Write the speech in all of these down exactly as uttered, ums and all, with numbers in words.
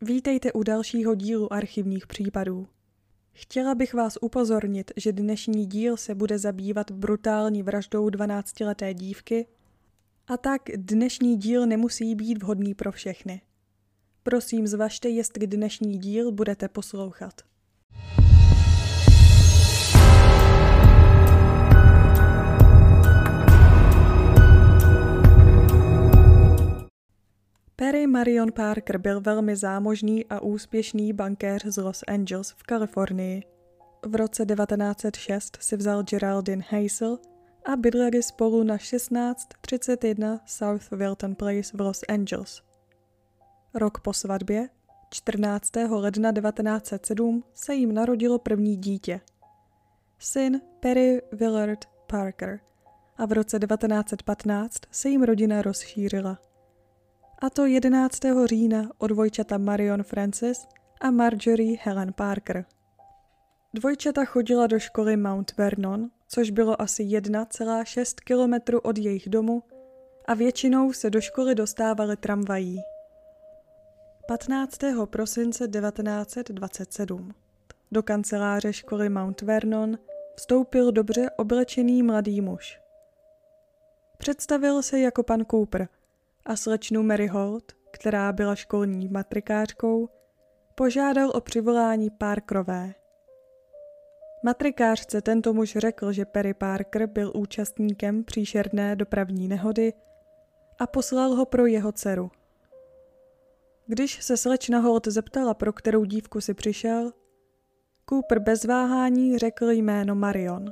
Vítejte u dalšího dílu archivních případů. Chtěla bych vás upozornit, že dnešní díl se bude zabývat brutální vraždou dvanáctileté dívky, a tak dnešní díl nemusí být vhodný pro všechny. Prosím zvažte, jestli dnešní díl budete poslouchat. Perry Marion Parker byl velmi zámožný a úspěšný bankéř z Los Angeles v Kalifornii. V roce devatenáct set šest si vzal Geraldine Hazel a bydleli spolu na šestnáct třicet jedna South Wilton Place v Los Angeles. Rok po svatbě, čtrnáctého ledna devatenáct set sedm, se jim narodilo první dítě. Syn Perry Willard Parker, a v roce devatenáct set patnáct se jim rodina rozšířila. A to jedenáctého října od dvojčata Marion Frances a Marjorie Helen Parker. Dvojčata chodila do školy Mount Vernon, což bylo asi jedna celá šest kilometru od jejich domu, a většinou se do školy dostávali tramvají. patnáctého prosince devatenáct set dvacet sedm. Do kanceláře školy Mount Vernon vstoupil dobře oblečený mladý muž. Představil se jako pan Cooper a slečnu Mary Holt, která byla školní matrikářkou, požádal o přivolání Parkerové. Matrikářce tento muž řekl, že Perry Parker byl účastníkem příšerné dopravní nehody a poslal ho pro jeho dceru. Když se slečna Holt zeptala, pro kterou dívku si přišel, Cooper bez váhání řekl jméno Marion.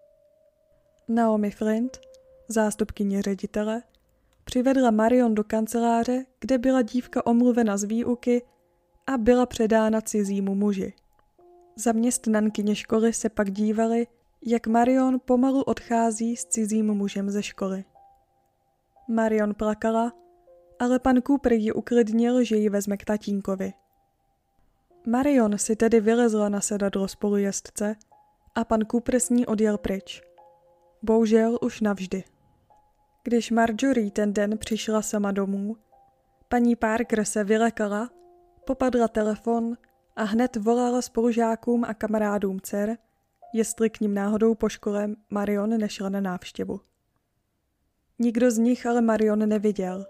Naomi Flint, zástupkyně ředitele, přivedla Marion do kanceláře, kde byla dívka omluvena z výuky a byla předána cizímu muži. Zaměstnankyně školy se pak dívaly, jak Marion pomalu odchází s cizím mužem ze školy. Marion plakala, ale pan Cooper ji uklidnil, že ji vezme k tatínkovi. Marion si tedy vylezla na sedadlo spolujezdce a pan Cooper s ní odjel pryč. Bohužel už navždy. Když Marjorie ten den přišla sama domů, paní Parker se vylekala, popadla telefon a hned volala spolužákům a kamarádům dcer, jestli k ním náhodou po škole Marion nešla na návštěvu. Nikdo z nich ale Marion neviděl.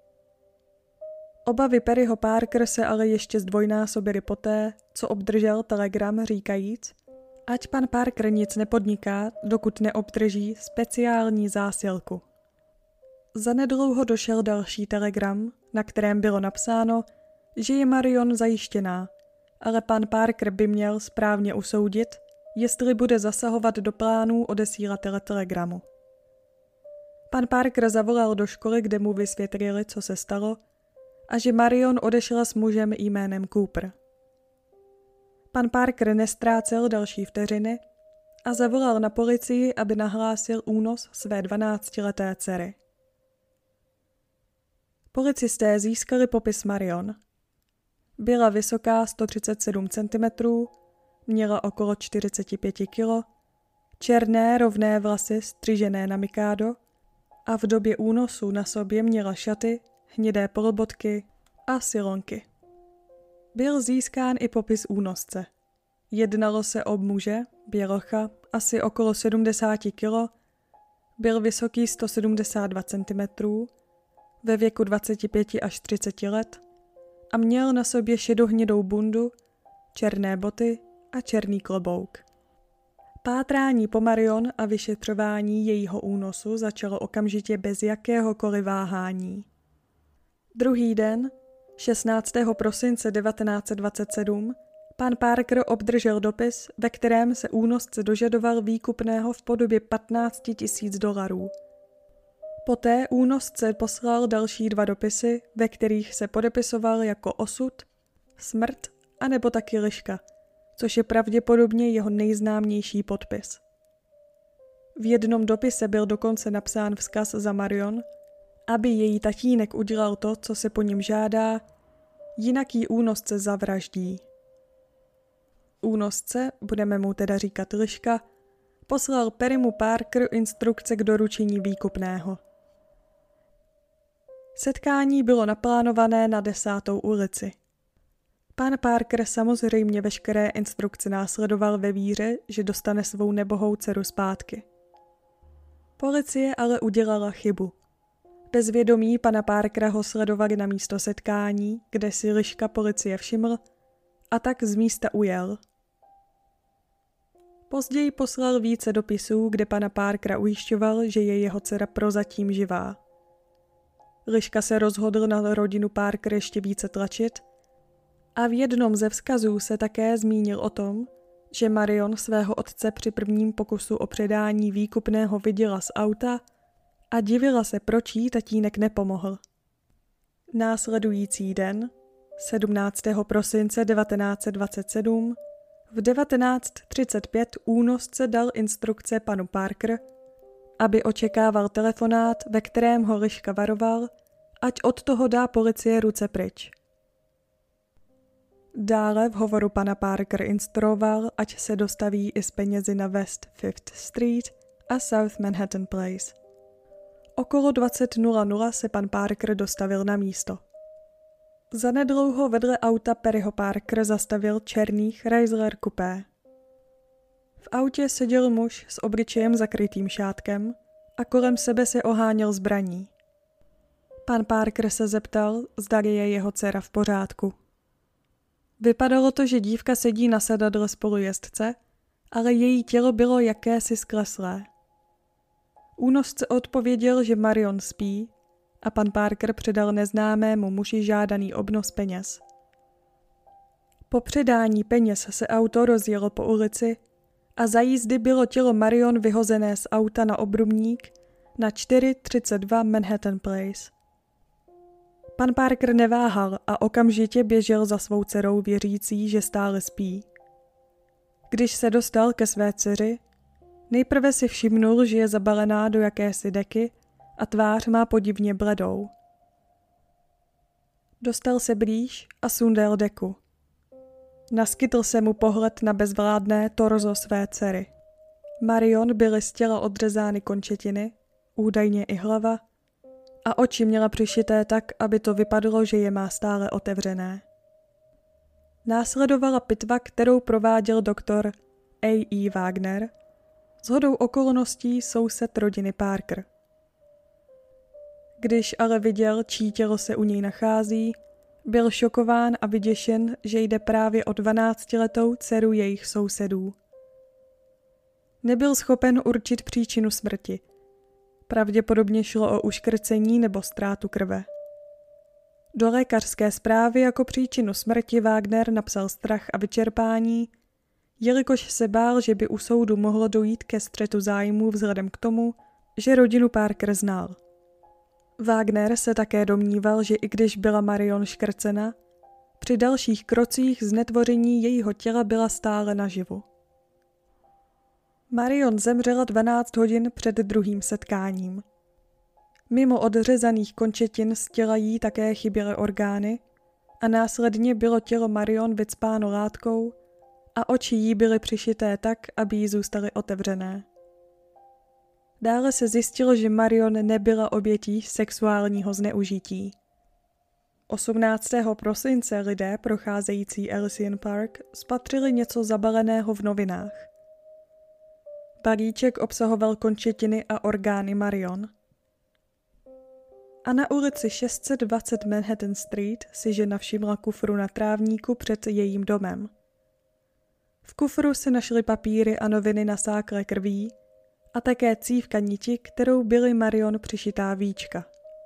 Obavy Perryho Parker se ale ještě zdvojnásobily poté, co obdržel telegram říkajíc, ať pan Parker nic nepodniká, dokud neobdrží speciální zásilku. Zanedlouho došel další telegram, na kterém bylo napsáno, že je Marion zajištěná, ale pan Parker by měl správně usoudit, jestli bude zasahovat do plánů odesílatele telegramu. Pan Parker zavolal do školy, kde mu vysvětlili, co se stalo, a že Marion odešla s mužem jménem Cooper. Pan Parker nestrácel další vteřiny a zavolal na policii, aby nahlásil únos své dvanáctileté dcery. Policisté získali popis Marion. Byla vysoká sto třicet sedm centimetrů, měla okolo čtyřicet pět kilo, černé rovné vlasy střižené na mikádo a v době únosu na sobě měla šaty, hnědé polobotky a silonky. Byl získán i popis únosce. Jednalo se o muže, bělocha, asi okolo sedmdesát kilo, byl vysoký sto sedmdesát dva centimetrů, ve věku dvacet pět až třicet let a měl na sobě šedohnědou bundu, černé boty a černý klobouk. Pátrání po Marion a vyšetřování jejího únosu začalo okamžitě bez jakéhokoliv váhání. Druhý den, šestnáctého prosince devatenáct set dvacet sedm, pan Parker obdržel dopis, ve kterém se únosce dožadoval výkupného v podobě patnáct tisíc dolarů. Poté únosce poslal další dva dopisy, ve kterých se podepisoval jako osud, smrt a nebo taky liška, což je pravděpodobně jeho nejznámější podpis. V jednom dopise byl dokonce napsán vzkaz za Marion, aby její tatínek udělal to, co se po něm žádá, jinak jí únosce zavraždí. Únosce, budeme mu teda říkat liška, poslal Perrymu Parker instrukce k doručení výkupného. Setkání bylo naplánované na desátou ulici. Pán Parker samozřejmě veškeré instrukce následoval ve víře, že dostane svou nebohou dceru zpátky. Policie ale udělala chybu. Bez vědomí pana Parkera ho sledovali na místo setkání, kde si liška policie všiml a tak z místa ujel. Později poslal více dopisů, kde pana Parkera ujišťoval, že je jeho dcera prozatím živá. Liška se rozhodl na rodinu Parker ještě více tlačit a v jednom ze vzkazů se také zmínil o tom, že Marion svého otce při prvním pokusu o předání výkupného viděla z auta a divila se, proč jí tatínek nepomohl. Následující den, sedmnáctého prosince devatenáct set dvacet sedm, v devatenáct třicet pět únosce dal instrukce panu Parker, aby očekával telefonát, ve kterém ho liška varoval, ať od toho dá policie ruce pryč. Dále v hovoru pana Parker instruoval, ať se dostaví i s penězi na West Fifth Street a South Manhattan Place. Okolo dvacet nula nula se pan Parker dostavil na místo. Zanedlouho vedle auta Perryho Parker zastavil černý Chrysler Coupé. V autě seděl muž s obličejem zakrytým šátkem a kolem sebe se oháněl zbraní. Pan Parker se zeptal, zda je jeho dcera v pořádku. Vypadalo to, že dívka sedí na sedadle spolujezdce, ale její tělo bylo jakési skleslé. Únosce odpověděl, že Marion spí, a pan Parker předal neznámému muži žádaný obnos peněz. Po předání peněz se auto rozjelo po ulici a za jízdy bylo tělo Marion vyhozené z auta na obrubník na čtyři třicet dva Manhattan Place. Pan Parker neváhal a okamžitě běžel za svou dcerou věřící, že stále spí. Když se dostal ke své dceři, nejprve si všimnul, že je zabalená do jakési deky a tvář má podivně bledou. Dostal se blíž a sundal deku. Naskytl se mu pohled na bezvládné torzo své dcery. Marion byly z těla odřezány končetiny, údajně i hlava, a oči měla přišité tak, aby to vypadlo, že je má stále otevřené. Následovala pitva, kterou prováděl doktor A E Wagner, shodou okolností soused rodiny Parker. Když ale viděl, čí tělo se u něj nachází, byl šokován a vyděšen, že jde právě o dvanáctiletou dceru jejich sousedů. Nebyl schopen určit příčinu smrti. Pravděpodobně šlo o uškrcení nebo ztrátu krve. Do lékařské zprávy jako příčinu smrti Wagner napsal strach a vyčerpání, jelikož se bál, že by u soudu mohlo dojít ke střetu zájmů vzhledem k tomu, že rodinu Parker znal. Wagner se také domníval, že i když byla Marion škrcena, při dalších krocích znetvoření jejího těla byla stále naživu. Marion zemřela dvanáct hodin před druhým setkáním. Mimo odřezaných končetin z těla jí také chyběly orgány a následně bylo tělo Marion vycpáno látkou a oči jí byly přišité tak, aby jí zůstaly otevřené. Dále se zjistilo, že Marion nebyla obětí sexuálního zneužití. osmnáctého prosince lidé procházející Elysian Park spatřili něco zabaleného v novinách. Balíček obsahoval končetiny a orgány Marion. A na ulici šest set dvacet Manhattan Street si žena všimla kufru na trávníku před jejím domem. V kufru se našly papíry a noviny nasáklé krví a také cívka niti, kterou byly Marion přišitá víčka.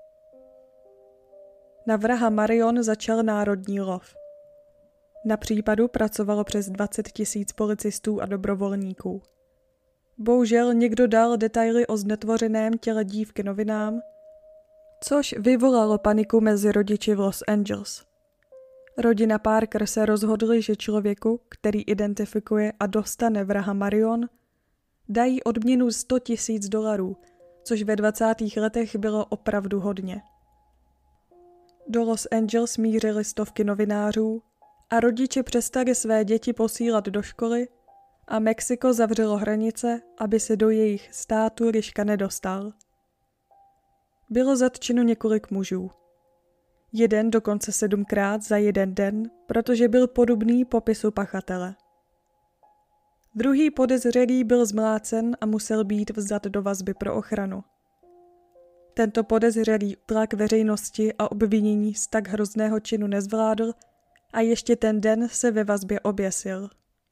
Na vraha Marion začal národní lov. Na případu pracovalo přes dvacet tisíc policistů a dobrovolníků. Bohužel někdo dal detaily o znetvořeném těle dívky novinám, což vyvolalo paniku mezi rodiči v Los Angeles. Rodina Parker se rozhodli, že člověku, který identifikuje a dostane vraha Marion, dají odměnu sto tisíc dolarů, což ve dvacátých letech bylo opravdu hodně. Do Los Angeles mířily stovky novinářů a rodiče přestali své děti posílat do školy a Mexiko zavřelo hranice, aby se do jejich státu liška nedostal. Bylo zatčeno několik mužů. Jeden dokonce sedmkrát za jeden den, protože byl podobný popisu pachatele. Druhý podezřelý byl zmlácen a musel být vzat do vazby pro ochranu. Tento podezřelý tlak veřejnosti a obvinění z tak hrozného činu nezvládl a ještě ten den se ve vazbě oběsil.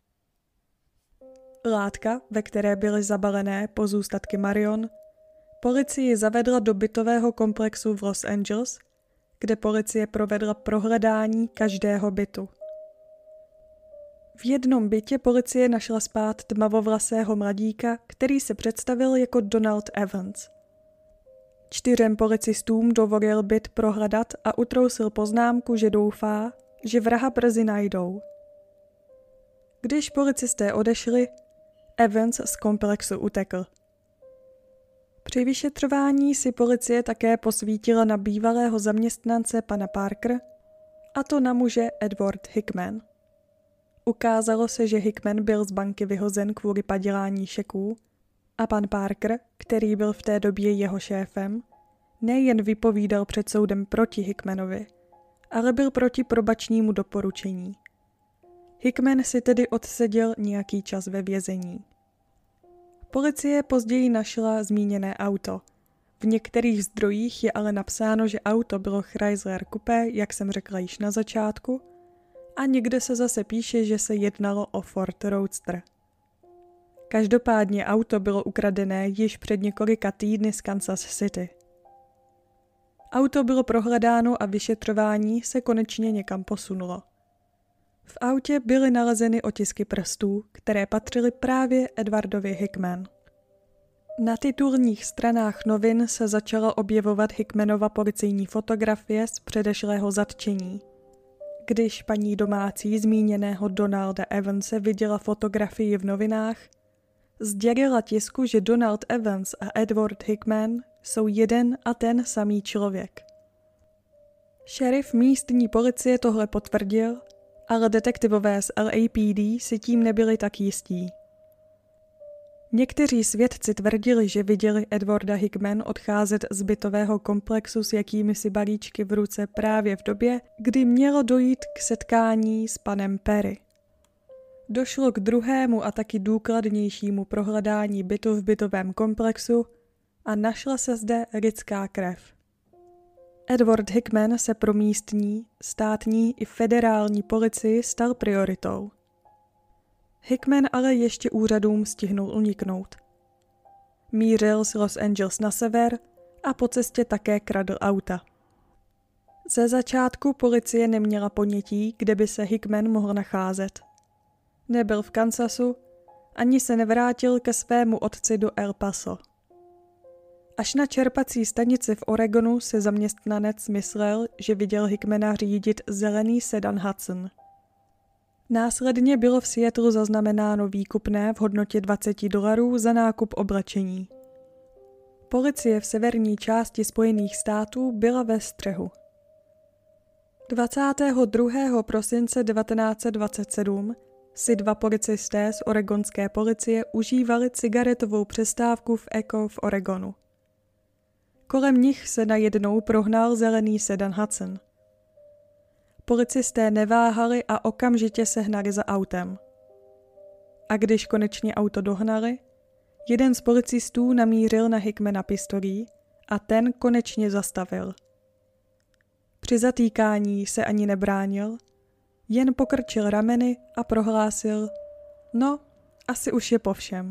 Látka, ve které byly zabalené pozůstatky Marion, policii zavedla do bytového komplexu v Los Angeles, kde policie provedla prohledání každého bytu. V jednom bytě policie našla spát tmavovlasého mladíka, který se představil jako Donald Evans. Čtyřem policistům dovolil byt prohledat a utrousil poznámku, že doufá, že vraha brzy najdou. Když policisté odešli, Evans z komplexu utekl. Při vyšetřování si policie také posvítila na bývalého zaměstnance pana Parker, a to na muže Edward Hickman. Ukázalo se, že Hickman byl z banky vyhozen kvůli padělání šeků a pan Parker, který byl v té době jeho šéfem, nejen vypovídal před soudem proti Hickmanovi, ale byl proti probačnímu doporučení. Hickman si tedy odseděl nějaký čas ve vězení. Policie později našla zmíněné auto. V některých zdrojích je ale napsáno, že auto bylo Chrysler Coupé, jak jsem řekla již na začátku, a někde se zase píše, že se jednalo o Ford Roadster. Každopádně auto bylo ukradené již před několika týdny z Kansas City. Auto bylo prohledáno a vyšetřování se konečně někam posunulo. V autě byly nalezeny otisky prstů, které patřily právě Edwardovi Hickman. Na titulních stranách novin se začala objevovat Hickmanova policejní fotografie z předešlého zatčení. Když paní domácí zmíněného Donalda Evanse viděla fotografii v novinách, sdělila tisku, že Donald Evans a Edward Hickman jsou jeden a ten samý člověk. Šerif místní policie tohle potvrdil, ale detektivové z L A P D si tím nebyli tak jistí. Někteří svědci tvrdili, že viděli Edwarda Hickman odcházet z bytového komplexu s jakýmisi balíčky v ruce právě v době, kdy mělo dojít k setkání s panem Perry. Došlo k druhému a taky důkladnějšímu prohledání bytu v bytovém komplexu a našla se zde lidská krev. Edward Hickman se pro místní, státní i federální policii stal prioritou. Hickman ale ještě úřadům stihnul uniknout. Mířil z Los Angeles na sever a po cestě také kradl auta. Ze začátku policie neměla ponětí, kde by se Hickman mohl nacházet. Nebyl v Kansasu, ani se nevrátil ke svému otci do El Paso. Až na čerpací stanici v Oregonu si zaměstnanec myslel, že viděl Hickmana řídit zelený sedan Hudson. Následně bylo v Seattlu zaznamenáno výkupné v hodnotě dvacet dolarů za nákup oblečení. Policie v severní části Spojených států byla ve střehu. dvacátého druhého prosince devatenáct set dvacet sedm si dva policisté z oregonské policie užívali cigaretovou přestávku v Echo v Oregonu. Kolem nich se najednou prohnal zelený sedan Hudson. Policisté neváhali a okamžitě se hnali za autem. A když konečně auto dohnali, jeden z policistů namířil na Hickmana pistolí a ten konečně zastavil. Při zatýkání se ani nebránil, jen pokrčil rameny a prohlásil: no, asi už je po všem.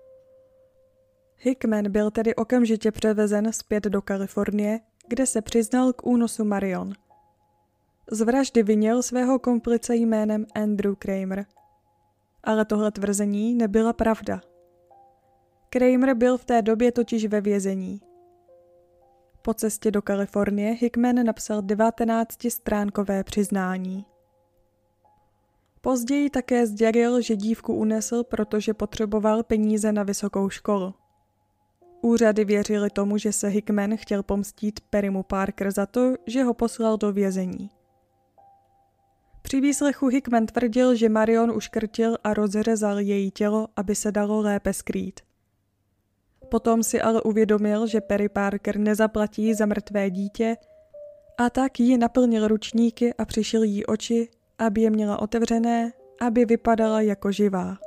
Hickman byl tedy okamžitě převezen zpět do Kalifornie, kde se přiznal k únosu Marion. Z vraždy vinil svého komplice jménem Andrew Kramer. Ale tohle tvrzení nebyla pravda. Kramer byl v té době totiž ve vězení. Po cestě do Kalifornie Hickman napsal devatenáctistránkové přiznání. Později také sdělil, že dívku unesl, protože potřeboval peníze na vysokou školu. Úřady věřili tomu, že se Hickman chtěl pomstít Perrymu Parker za to, že ho poslal do vězení. Při výslechu Hickman tvrdil, že Marion uškrtil a rozřezal její tělo, aby se dalo lépe skrýt. Potom si ale uvědomil, že Perry Parker nezaplatí za mrtvé dítě A tak jí naplnil ručníky a přišil jí oči, aby je měla otevřené, aby vypadala jako živá.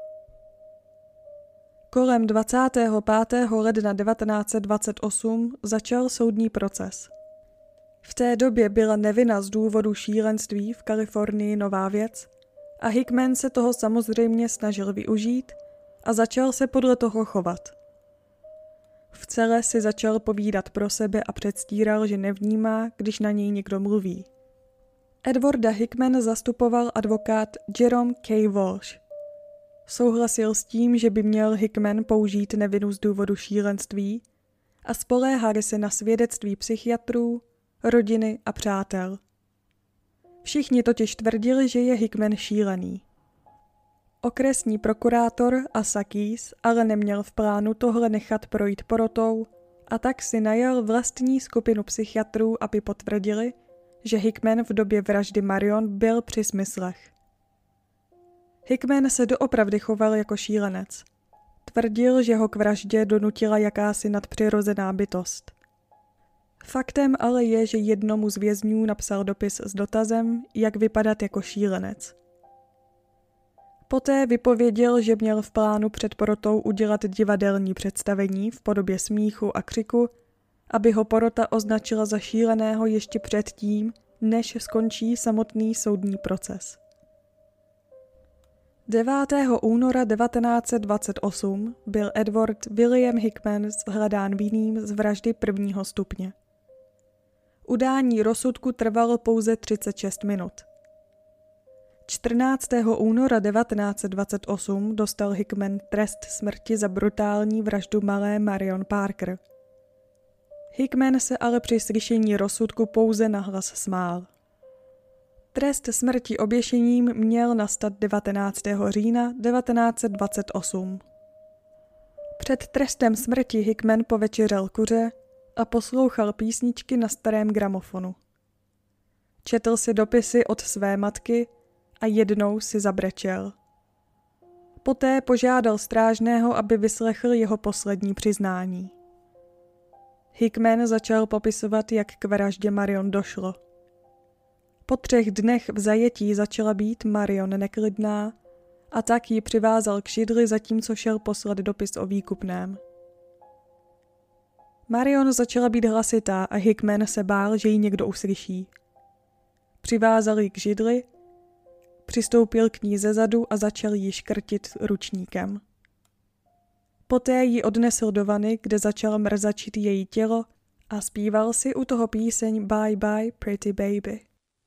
Kolem dvacátého pátého ledna devatenáct set dvacet osm začal soudní proces. V té době byla nevinna z důvodu šílenství v Kalifornii nová věc a Hickman se toho samozřejmě snažil využít a začal se podle toho chovat. V cele si začal povídat pro sebe a předstíral, že nevnímá, když na něj někdo mluví. Edwarda Hickman zastupoval advokát Jerome K. Walsh. Souhlasil s tím, že by měl Hickman použít nevinu z důvodu šílenství a spoléhali se na svědectví psychiatrů, rodiny a přátel. Všichni totiž tvrdili, že je Hickman šílený. Okresní prokurátor Asakis ale neměl v plánu tohle nechat projít porotou a tak si najal vlastní skupinu psychiatrů, aby potvrdili, že Hickman v době vraždy Marion byl při smyslech. Hickman se doopravdy choval jako šílenec. Tvrdil, že ho k vraždě donutila jakási nadpřirozená bytost. Faktem ale je, že jednomu z vězňů napsal dopis s dotazem, jak vypadat jako šílenec. Poté vypověděl, že měl v plánu před porotou udělat divadelní představení v podobě smíchu a křiku, aby ho porota označila za šíleného ještě předtím, než skončí samotný soudní proces. devátého února devatenáct set dvacet osm byl Edward William Hickman shledán vinným z vraždy prvního stupně. Udání rozsudku trvalo pouze třicet šest minut. čtrnáctého února devatenáct set dvacet osm dostal Hickman trest smrti za brutální vraždu malé Marion Parker. Hickman se ale při slyšení rozsudku pouze nahlas smál. Trest smrti oběšením měl nastat devatenáctého října devatenáct set dvacet osm. Před trestem smrti Hickman povečeřel kuře a poslouchal písničky na starém gramofonu. Četl si dopisy od své matky a jednou si zabrečel. Poté požádal strážného, aby vyslechl jeho poslední přiznání. Hickman začal popisovat, jak k vraždě Marion došlo. Po třech dnech v zajetí začala být Marion neklidná a tak ji přivázal k židli, zatímco šel poslat dopis o výkupném. Marion začala být hlasitá a Hickman se bál, že ji někdo uslyší. Přivázal ji k židli, přistoupil k ní zezadu a začal ji škrtit ručníkem. Poté ji odnesl do vany, kde začal mrzačit její tělo a zpíval si u toho píseň Bye Bye Pretty Baby.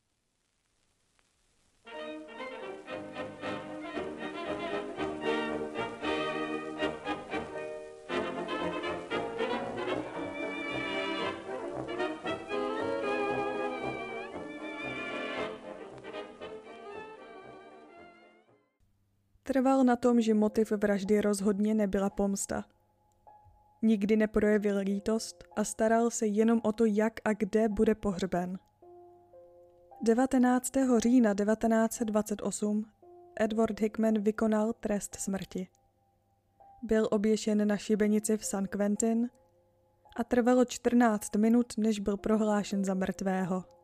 Trval na tom, že motiv vraždy rozhodně nebyla pomsta. Nikdy neprojevil lítost a staral se jenom o to, jak a kde bude pohřben. devatenáctého října devatenáct set dvacet osm Edward Hickman vykonal trest smrti. Byl oběšen na šibenici v San Quentin a trvalo čtrnáct minut, než byl prohlášen za mrtvého.